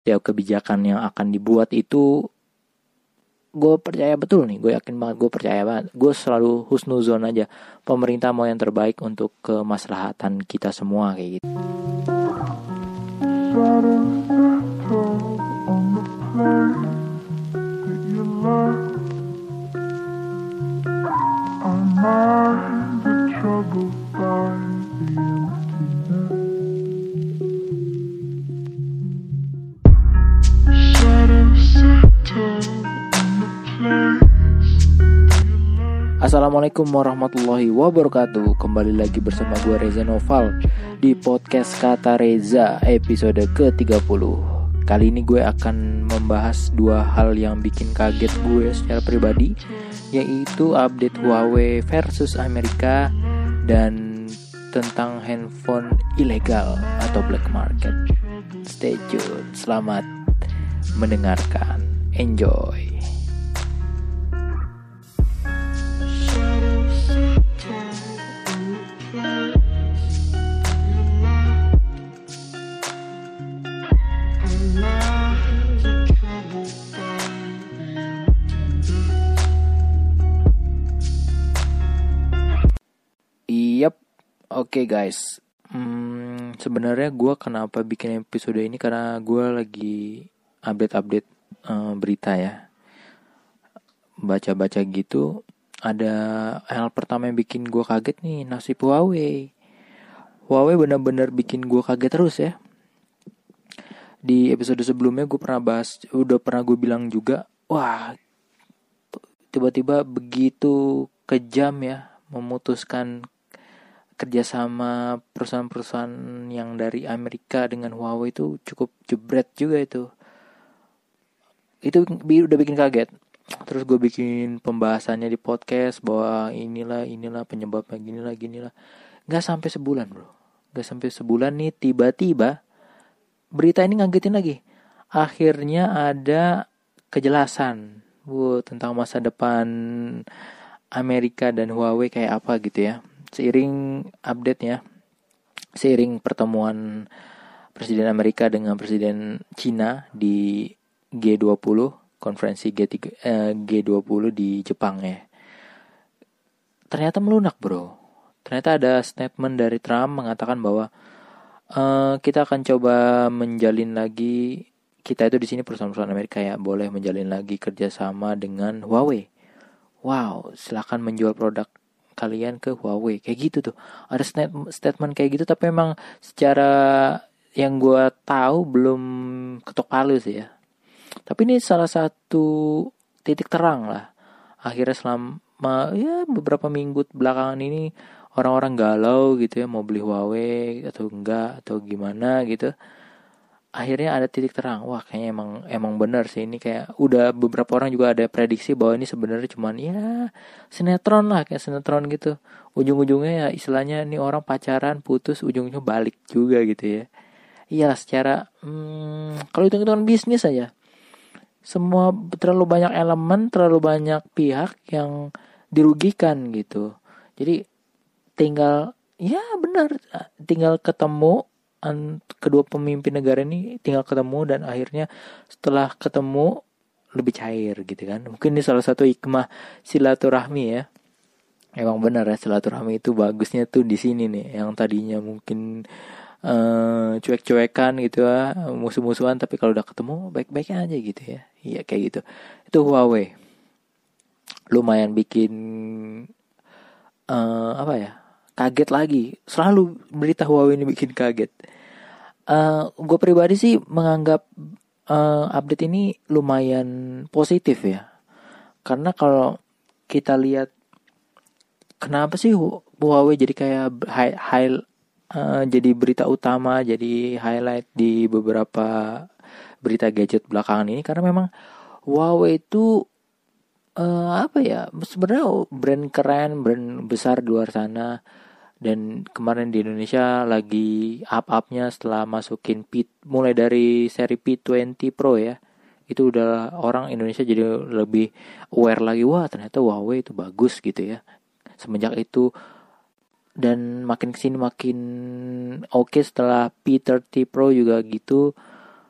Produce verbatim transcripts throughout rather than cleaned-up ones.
setiap kebijakan yang akan dibuat itu gue percaya betul nih, gue yakin banget, gue percaya banget, gue selalu husnuzon aja pemerintah mau yang terbaik untuk kemaslahatan kita semua kayak gitu. Assalamualaikum warahmatullahi wabarakatuh. Kembali lagi bersama gue Reza Noval di podcast Kata Reza episode ke tiga puluh. Kali ini gue akan membahas dua hal yang bikin kaget gue secara pribadi, yaitu update Huawei versus Amerika dan tentang handphone ilegal atau black market. Stay tune, selamat mendengarkan, enjoy. Yap, oke okay guys. Hmm, sebenarnya gue kenapa bikin episode ini karena gue lagi update-update uh, berita ya, baca-baca gitu. Ada hal pertama yang bikin gue kaget nih, nasib Huawei. Huawei benar-benar bikin gue kaget terus ya. Di episode sebelumnya gue pernah bahas, udah pernah gue bilang juga, wah tiba-tiba begitu kejam ya memutuskan kerjasama perusahaan-perusahaan yang dari Amerika dengan Huawei itu cukup jebret juga itu. Itu udah bikin kaget. Terus gue bikin pembahasannya di podcast bahwa inilah inilah penyebabnya ginilah ginilah. Gak sampai sebulan bro. Gak sampai sebulan nih tiba-tiba berita ini ngagetin lagi. Akhirnya ada kejelasan bu tentang masa depan Amerika dan Huawei kayak apa gitu ya. Seiring update-nya, seiring pertemuan Presiden Amerika dengan Presiden Cina di G dua puluh, konferensi G tiga, eh, G dua puluh di Jepang ya. Ternyata melunak bro. Ternyata ada statement dari Trump mengatakan bahwa uh, kita akan coba menjalin lagi, kita itu di sini perusahaan-perusahaan Amerika ya, boleh menjalin lagi kerjasama dengan Huawei. Wow, silakan menjual produk kalian ke Huawei kayak gitu tuh. Ada statement kayak gitu, tapi memang secara yang gue tahu belum ketok palu sih ya. Tapi ini salah satu titik terang lah. Akhirnya selama ya beberapa minggu belakangan ini orang-orang galau gitu ya, mau beli Huawei atau enggak atau gimana gitu. Akhirnya ada titik terang. Wah, kayaknya emang emang benar sih ini, kayak udah beberapa orang juga ada prediksi bahwa ini sebenarnya cuman ya sinetron lah, kayak sinetron gitu. Ujung-ujungnya ya istilahnya ini orang pacaran putus ujungnya balik juga gitu ya. Iya, secara hmm, kalau hitung-hitungan bisnis aja. Semua terlalu banyak elemen, terlalu banyak pihak yang dirugikan gitu. Jadi tinggal ya benar tinggal ketemu kedua pemimpin negara ini tinggal ketemu dan akhirnya setelah ketemu lebih cair gitu kan. Mungkin ini salah satu hikmah silaturahmi ya. Emang benar ya, silaturahmi itu bagusnya tuh di sini nih. Yang tadinya mungkin uh, cuek-cuekan gitu ya, musuh-musuhan, tapi kalau udah ketemu baik-baik aja gitu ya. Iya kayak gitu. Itu Huawei. Lumayan bikin uh, apa ya? Kaget lagi. Selalu berita Huawei ini bikin kaget. Uh, gue pribadi sih menganggap uh, update ini lumayan positif ya. Karena kalau kita lihat kenapa sih Huawei jadi kayak high, high uh, jadi berita utama, jadi highlight di beberapa berita gadget belakangan ini, karena memang Huawei itu uh, apa ya, sebenarnya brand keren, brand besar di luar sana. Dan kemarin di Indonesia lagi up-upnya setelah masukin P, mulai dari seri P dua puluh Pro ya. Itu udah orang Indonesia jadi lebih aware lagi, wah ternyata Huawei itu bagus gitu ya. Semenjak itu dan makin kesini makin oke okay, setelah P tiga puluh Pro juga gitu.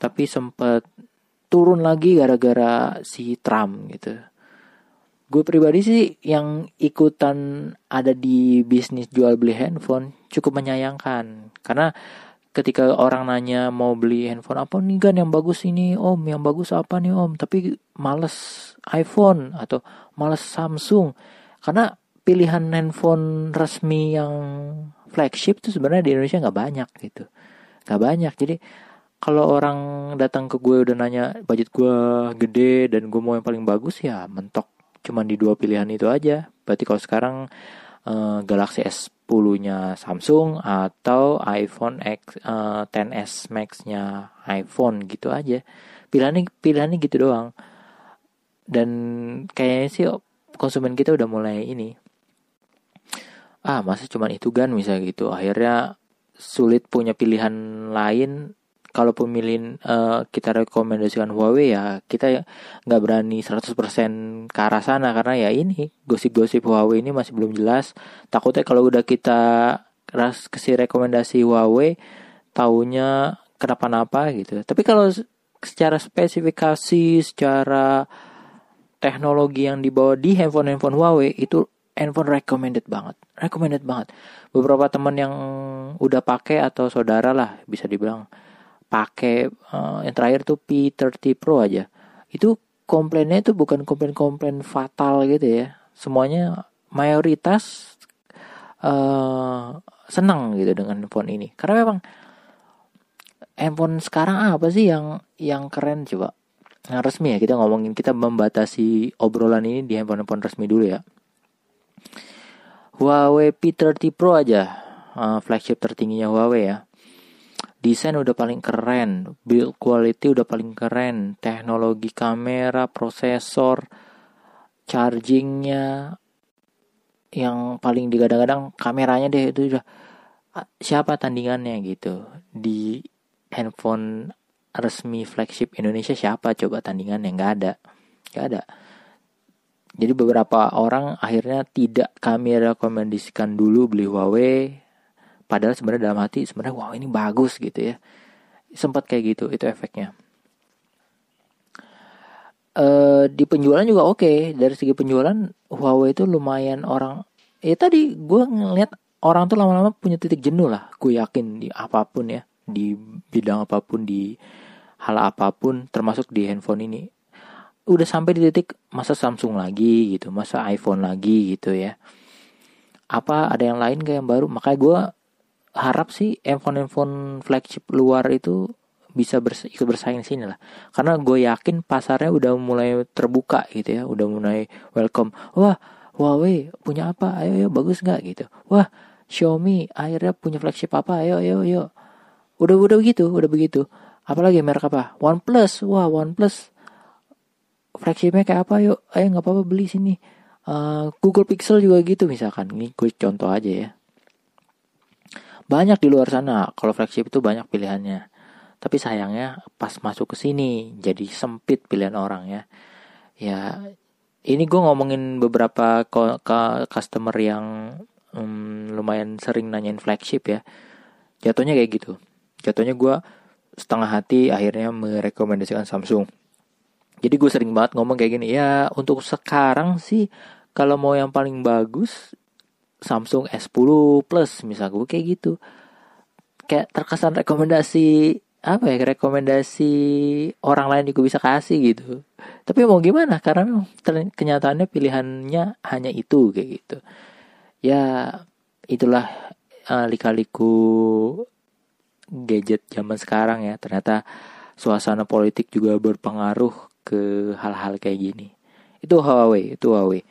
tapi sempat turun lagi gara-gara si Trump gitu. Gue pribadi sih yang ikutan ada di bisnis jual beli handphone cukup menyayangkan, karena ketika orang nanya mau beli handphone apa nih Gan yang bagus ini om, yang bagus apa nih om, tapi males iPhone atau males Samsung, karena pilihan handphone resmi yang flagship itu sebenarnya di Indonesia nggak banyak gitu, nggak banyak. Jadi kalau orang datang ke gue udah nanya budget gue gede dan gue mau yang paling bagus, ya mentok cuman di dua pilihan itu aja. Berarti kalau sekarang uh, Galaxy S sepuluh-nya Samsung atau iPhone X uh, X S Max-nya iPhone gitu aja. Pilihannya pilihannya gitu doang. Dan kayaknya sih konsumen kita udah mulai ini. Ah, masa cuman itu kan misalnya gitu. Akhirnya sulit punya pilihan lain. Kalau pemilihan uh, kita rekomendasikan Huawei, ya kita nggak berani seratus persen ke arah sana, karena ya ini gosip-gosip Huawei ini masih belum jelas. Takutnya kalau udah kita ras kasih rekomendasi Huawei, taunya kenapa-napa gitu. Tapi kalau secara spesifikasi, secara teknologi yang dibawa di handphone-handphone Huawei, itu handphone recommended banget, recommended banget. Beberapa teman yang udah pakai atau saudara lah bisa dibilang pakai uh, yang terakhir tuh P tiga puluh Pro aja, itu komplainnya itu bukan komplain-komplain fatal gitu ya, semuanya mayoritas uh, senang gitu dengan handphone ini, karena memang handphone sekarang apa sih yang yang keren coba, yang resmi ya, kita ngomongin, kita membatasi obrolan ini di handphone-handphone resmi dulu ya. Huawei P tiga puluh Pro aja, uh, flagship tertingginya Huawei ya. Desain udah paling keren, build quality udah paling keren, teknologi kamera, prosesor, chargingnya yang paling digadang-gadang, kameranya deh itu udah siapa tandingannya gitu. Di handphone resmi flagship Indonesia siapa coba tandingannya? Nggak ada, nggak ada. Jadi beberapa orang akhirnya tidak kami rekomendasikan dulu beli Huawei. Padahal sebenarnya dalam hati sebenarnya wow ini bagus gitu ya. Sempat kayak gitu, itu efeknya. E, di penjualan juga oke. Okay. Dari segi penjualan Huawei itu lumayan orang. Ya tadi gue ngeliat orang tuh lama-lama punya titik jenuh lah. Gue yakin di apapun ya, di bidang apapun, di hal apapun, termasuk di handphone ini. Udah sampai di titik masa Samsung lagi gitu, masa iPhone lagi gitu ya. Apa ada yang lain kayak yang baru? Makanya gue harap sih handphone-handphone flagship luar itu bisa bers- ikut bersaing di sini lah. Karena gue yakin pasarnya udah mulai terbuka gitu ya, udah mulai welcome. Wah, Huawei punya apa? Ayo, ayo, bagus nggak gitu. Wah, Xiaomi akhirnya punya flagship apa? Ayo, ayo, ayo. Udah, udah begitu, udah begitu. Apalagi merek apa? OnePlus. Wah, OnePlus flagshipnya kayak apa? Yuk, ayo nggak apa-apa beli sini. Uh, Google Pixel juga gitu misalkan. Ini gue contoh aja ya. Banyak di luar sana, kalau flagship itu banyak pilihannya. Tapi sayangnya pas masuk ke sini jadi sempit pilihan orang ya. Ya, ini gue ngomongin beberapa ko- ke customer yang um, lumayan sering nanyain flagship ya. Jatuhnya kayak gitu. Jatuhnya gue setengah hati akhirnya merekomendasikan Samsung. Jadi gue sering banget ngomong kayak gini. Ya, untuk sekarang sih kalau mau yang paling bagus Samsung S sepuluh Plus misal, gue kayak gitu. Kayak terkesan rekomendasi apa ya, rekomendasi orang lain juga bisa kasih gitu. Tapi mau gimana, karena memang kenyataannya pilihannya hanya itu kayak gitu. Ya itulah uh, lika-liku gadget zaman sekarang ya. Ternyata suasana politik juga berpengaruh ke hal-hal kayak gini. Itu Huawei, itu Huawei.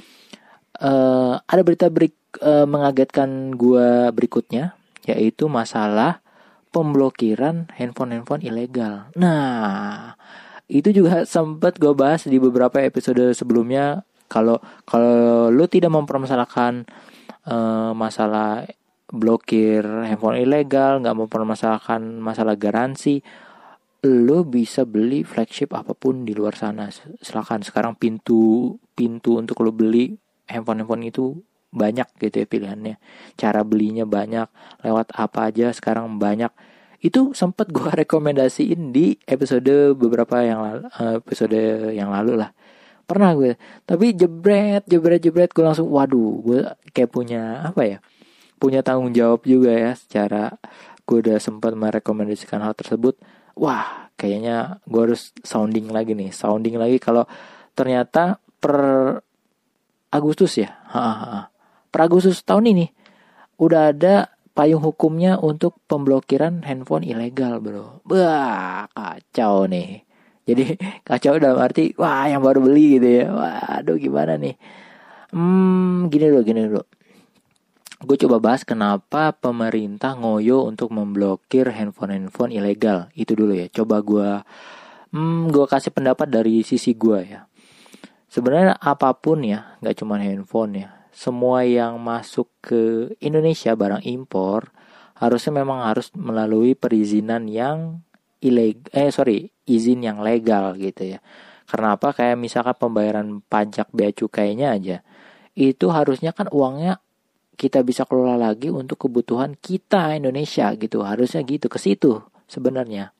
Uh, ada berita berik, uh, mengagetkan gua berikutnya, yaitu masalah pemblokiran handphone-handphone ilegal. Nah, itu juga sempat gue bahas di beberapa episode sebelumnya. Kalau kalau lu tidak mempermasalahkan uh, masalah blokir handphone ilegal, nggak mempermasalahkan masalah garansi, lu bisa beli flagship apapun di luar sana. Silakan, sekarang pintu pintu untuk lu beli handphone-handphone itu banyak gitu ya pilihannya. Cara belinya banyak, lewat apa aja sekarang banyak. Itu sempat gue rekomendasiin di episode beberapa yang lalu, episode yang lalu lah. Pernah gue, tapi jebret, jebret, jebret gue langsung, waduh, gue kayak punya apa ya? Punya tanggung jawab juga ya, secara gue udah sempat merekomendasikan hal tersebut. Wah, kayaknya gue harus sounding lagi nih, sounding lagi kalau ternyata per Agustus ya, ha, ha, per Agustus tahun ini udah ada payung hukumnya untuk pemblokiran handphone ilegal, bro. Wah, kacau nih. Jadi kacau dalam arti, wah yang baru beli gitu ya. Waduh gimana nih. Hmm, gini dulu, gini dulu. Gue coba bahas kenapa pemerintah ngoyo untuk memblokir handphone-handphone ilegal. Itu dulu ya. Coba gue, hmm, gue kasih pendapat dari sisi gue ya. Sebenarnya apapun ya, gak cuma handphone ya. Semua yang masuk ke Indonesia barang impor harusnya memang harus melalui perizinan yang ilegal, eh sorry, izin yang legal gitu ya. Karena apa? Kayak misalkan pembayaran pajak bea cukainya aja, itu harusnya kan uangnya kita bisa kelola lagi untuk kebutuhan kita Indonesia gitu. Harusnya gitu, ke situ sebenarnya.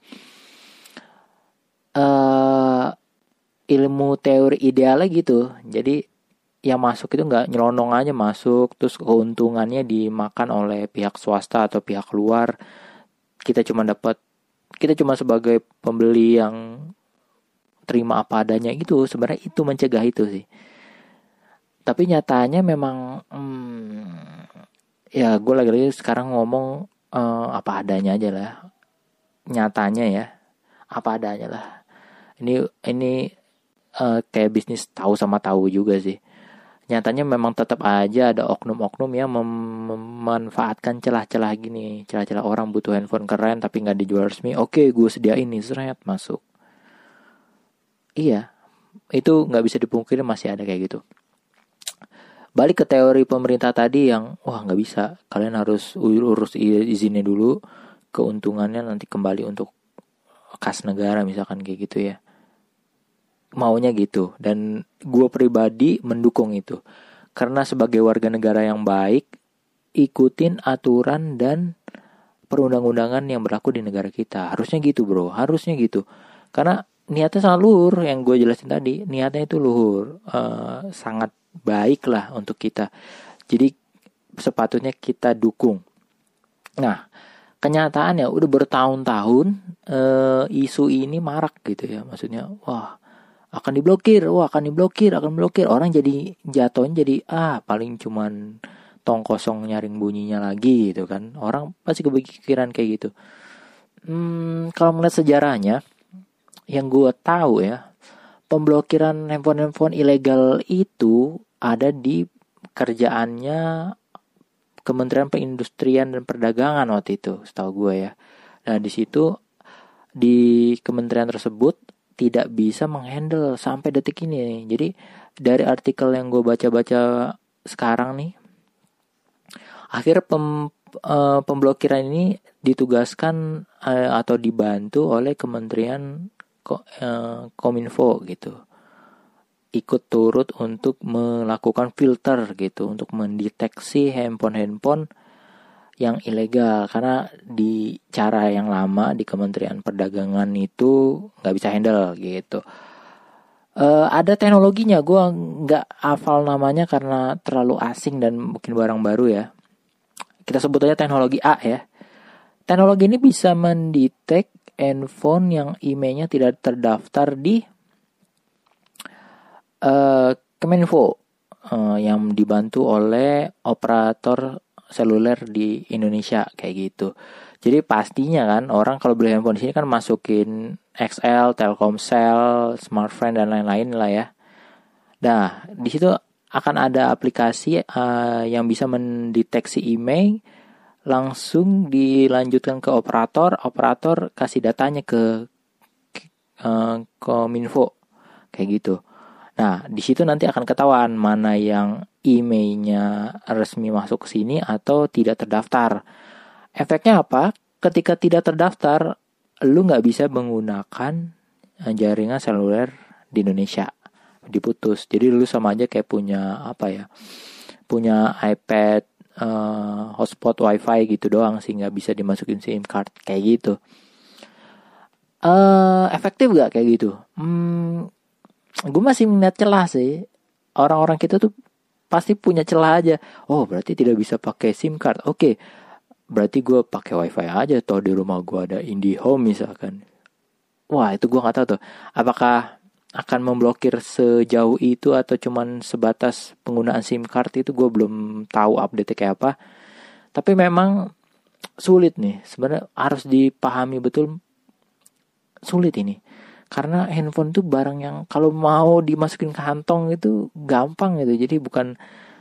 Uh, ilmu teori idealnya gitu. Jadi yang masuk itu nggak nyelonong aja masuk, terus keuntungannya dimakan oleh pihak swasta atau pihak luar. Kita cuma dapat, kita cuma sebagai pembeli yang terima apa adanya gitu. Sebenarnya itu mencegah itu sih. Tapi nyatanya memang, hmm, ya gue lagi-lagi sekarang ngomong uh, apa adanya aja lah. Nyatanya ya, apa adanya lah. Ini ini uh, kayak bisnis tahu sama tahu juga sih. Nyatanya memang tetap aja ada oknum-oknum yang mem- memanfaatkan celah-celah gini. Celah-celah orang butuh handphone keren tapi gak dijual resmi. Oke, gue sediain nih, seret masuk. Iya, itu gak bisa dipungkiri masih ada kayak gitu. Balik ke teori pemerintah tadi yang, wah gak bisa. Kalian harus urus izinnya dulu. Keuntungannya nanti kembali untuk kas negara misalkan kayak gitu ya. Maunya gitu, dan gue pribadi mendukung itu karena sebagai warga negara yang baik, ikutin aturan dan perundang-undangan yang berlaku di negara kita. Harusnya gitu bro, harusnya gitu, karena niatnya sangat luhur. Yang gue jelasin tadi, niatnya itu luhur, uh, sangat baik lah untuk kita, jadi sepatutnya kita dukung. Nah, kenyataannya udah bertahun-tahun uh, isu ini marak gitu ya, maksudnya wah akan diblokir, wah akan diblokir, akan diblokir. Orang jadi jatuhnya jadi ah paling cuman tong kosong nyaring bunyinya lagi gitu kan. Orang pasti kepikiran kayak gitu. Hmm, kalau melihat sejarahnya, yang gue tahu ya, pemblokiran handphone-handphone ilegal itu ada di kerjaannya Kementerian Perindustrian dan Perdagangan waktu itu, setahu gue ya. Nah di situ di kementerian tersebut tidak bisa menghandle sampai detik ini. Jadi dari artikel yang gue baca-baca sekarang nih, akhir pem, uh, pemblokiran ini ditugaskan uh, atau dibantu oleh Kementerian Ko, uh, Kominfo gitu. Ikut turut untuk melakukan filter gitu, untuk mendeteksi handphone-handphone yang ilegal, karena di cara yang lama di Kementerian Perdagangan itu nggak bisa handle gitu. Uh, ada teknologinya, gue nggak hafal namanya karena terlalu asing dan mungkin barang baru ya. Kita sebut aja teknologi A ya. Teknologi ini bisa mendetek handphone yang emailnya tidak terdaftar di uh, Kemenfo, uh, yang dibantu oleh operator seluler di Indonesia kayak gitu. Jadi pastinya kan orang kalau beli handphone di sini kan masukin X L, Telkomsel, Smartfren dan lain-lain lah ya. Nah, di situ akan ada aplikasi uh, yang bisa mendeteksi email, langsung dilanjutkan ke operator, operator kasih datanya ke uh, Kominfo kayak gitu. Nah, di situ nanti akan ketahuan mana yang emailnya resmi masuk ke sini atau tidak terdaftar. Efeknya apa? Ketika tidak terdaftar, lu nggak bisa menggunakan jaringan seluler di Indonesia, diputus. Jadi lu sama aja kayak punya apa ya? Punya iPad uh, hotspot wifi gitu doang sih, nggak bisa dimasukin SIM card kayak gitu. Uh, efektif gak kayak gitu? Hmm, gue masih ngeliat celah sih. Orang-orang kita tuh pasti punya celah aja. Oh berarti tidak bisa pakai SIM card. Oke, berarti gue pakai wifi aja. Toh di rumah gue ada IndiHome misalkan. Wah itu gue nggak tahu tuh. Apakah akan memblokir sejauh itu atau cuman sebatas penggunaan SIM card, itu gue belum tahu update kayak apa. Tapi memang sulit nih. Sebenarnya harus dipahami betul. Sulit ini. Karena handphone tuh barang yang kalau mau dimasukin ke kantong itu gampang gitu. Jadi bukan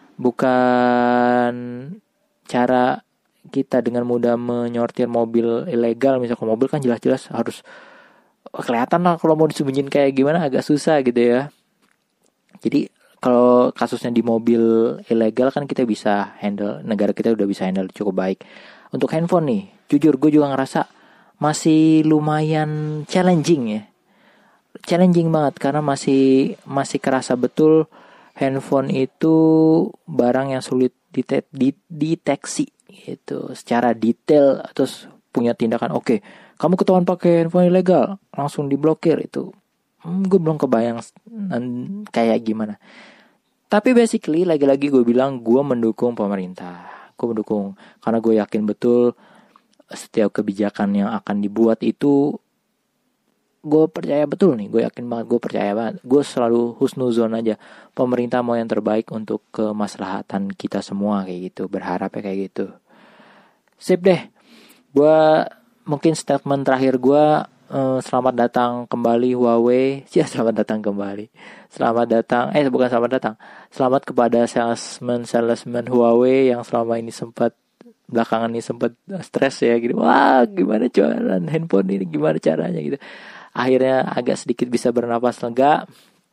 bukan cara kita dengan mudah menyortir mobil ilegal. Misalkan mobil kan jelas-jelas harus kelihatan lah, kalau mau disembunyiin kayak gimana agak susah gitu ya. Jadi kalau kasusnya di mobil ilegal kan kita bisa handle, negara kita udah bisa handle cukup baik. Untuk handphone nih, jujur gue juga ngerasa masih lumayan challenging ya. Challenging banget karena masih masih kerasa betul handphone itu barang yang sulit dite- dideteksi gitu secara detail, terus punya tindakan oke, okay, kamu ketahuan pakai handphone ilegal langsung diblokir itu. Hmm, gue belum kebayang kayak gimana. Tapi basically lagi-lagi gue bilang gue mendukung pemerintah. Gue mendukung karena gue yakin betul setiap kebijakan yang akan dibuat itu, gue percaya betul nih, gue yakin banget, gue percaya banget, gue selalu husnuzon aja pemerintah mau yang terbaik untuk kemaslahatan kita semua kayak gitu, berharapnya kayak gitu. Sip deh, gue mungkin statement terakhir gue, eh, selamat datang kembali Huawei, ya selamat datang kembali, selamat datang, eh bukan selamat datang, selamat kepada salesman salesman Huawei yang selama ini sempat belakangan ini sempat stres ya gitu. Wah gimana jualan handphone ini, gimana caranya gitu. Akhirnya agak sedikit bisa bernapas lega.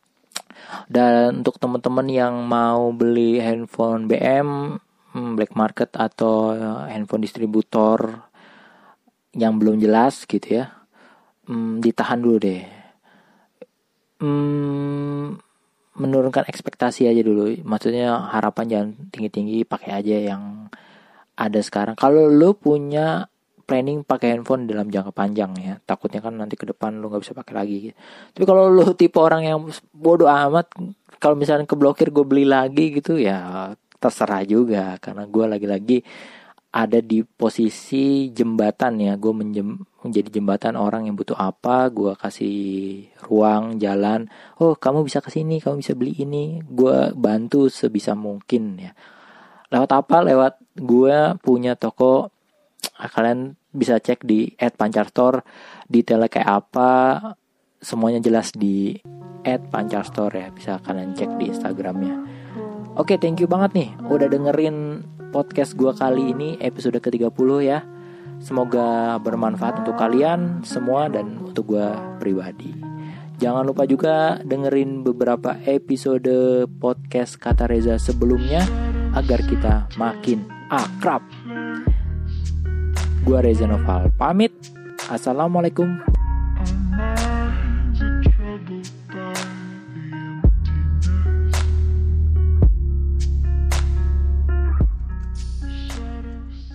Dan untuk teman-teman yang mau beli handphone B M, black market atau handphone distributor yang belum jelas gitu ya, hmm, ditahan dulu deh. Hmm, menurunkan ekspektasi aja dulu. Maksudnya harapan jangan tinggi-tinggi, pakai aja yang ada sekarang. Kalau lu punya planning pakai handphone dalam jangka panjang ya, takutnya kan nanti ke depan lu nggak bisa pakai lagi gitu. Tapi kalau lu tipe orang yang bodoh amat, kalau misalnya keblokir gue beli lagi gitu ya terserah juga, karena gue lagi-lagi ada di posisi jembatan ya, gue menjem, menjadi jembatan orang yang butuh apa, gue kasih ruang jalan. Oh kamu bisa kesini, kamu bisa beli ini, gue bantu sebisa mungkin ya. Lewat apa? Lewat gue punya toko. Kalian bisa cek di et pancarstore, detailnya kayak apa, semuanya jelas di et pancarstore ya. Bisa kalian cek di Instagramnya. Oke, thank you banget nih udah dengerin podcast gue kali ini, episode ke tiga puluh ya. Semoga bermanfaat untuk kalian semua dan untuk gue pribadi. Jangan lupa juga dengerin beberapa episode podcast Kata Reza sebelumnya agar kita makin akrab. Gua Reza Noval pamit. Assalamualaikum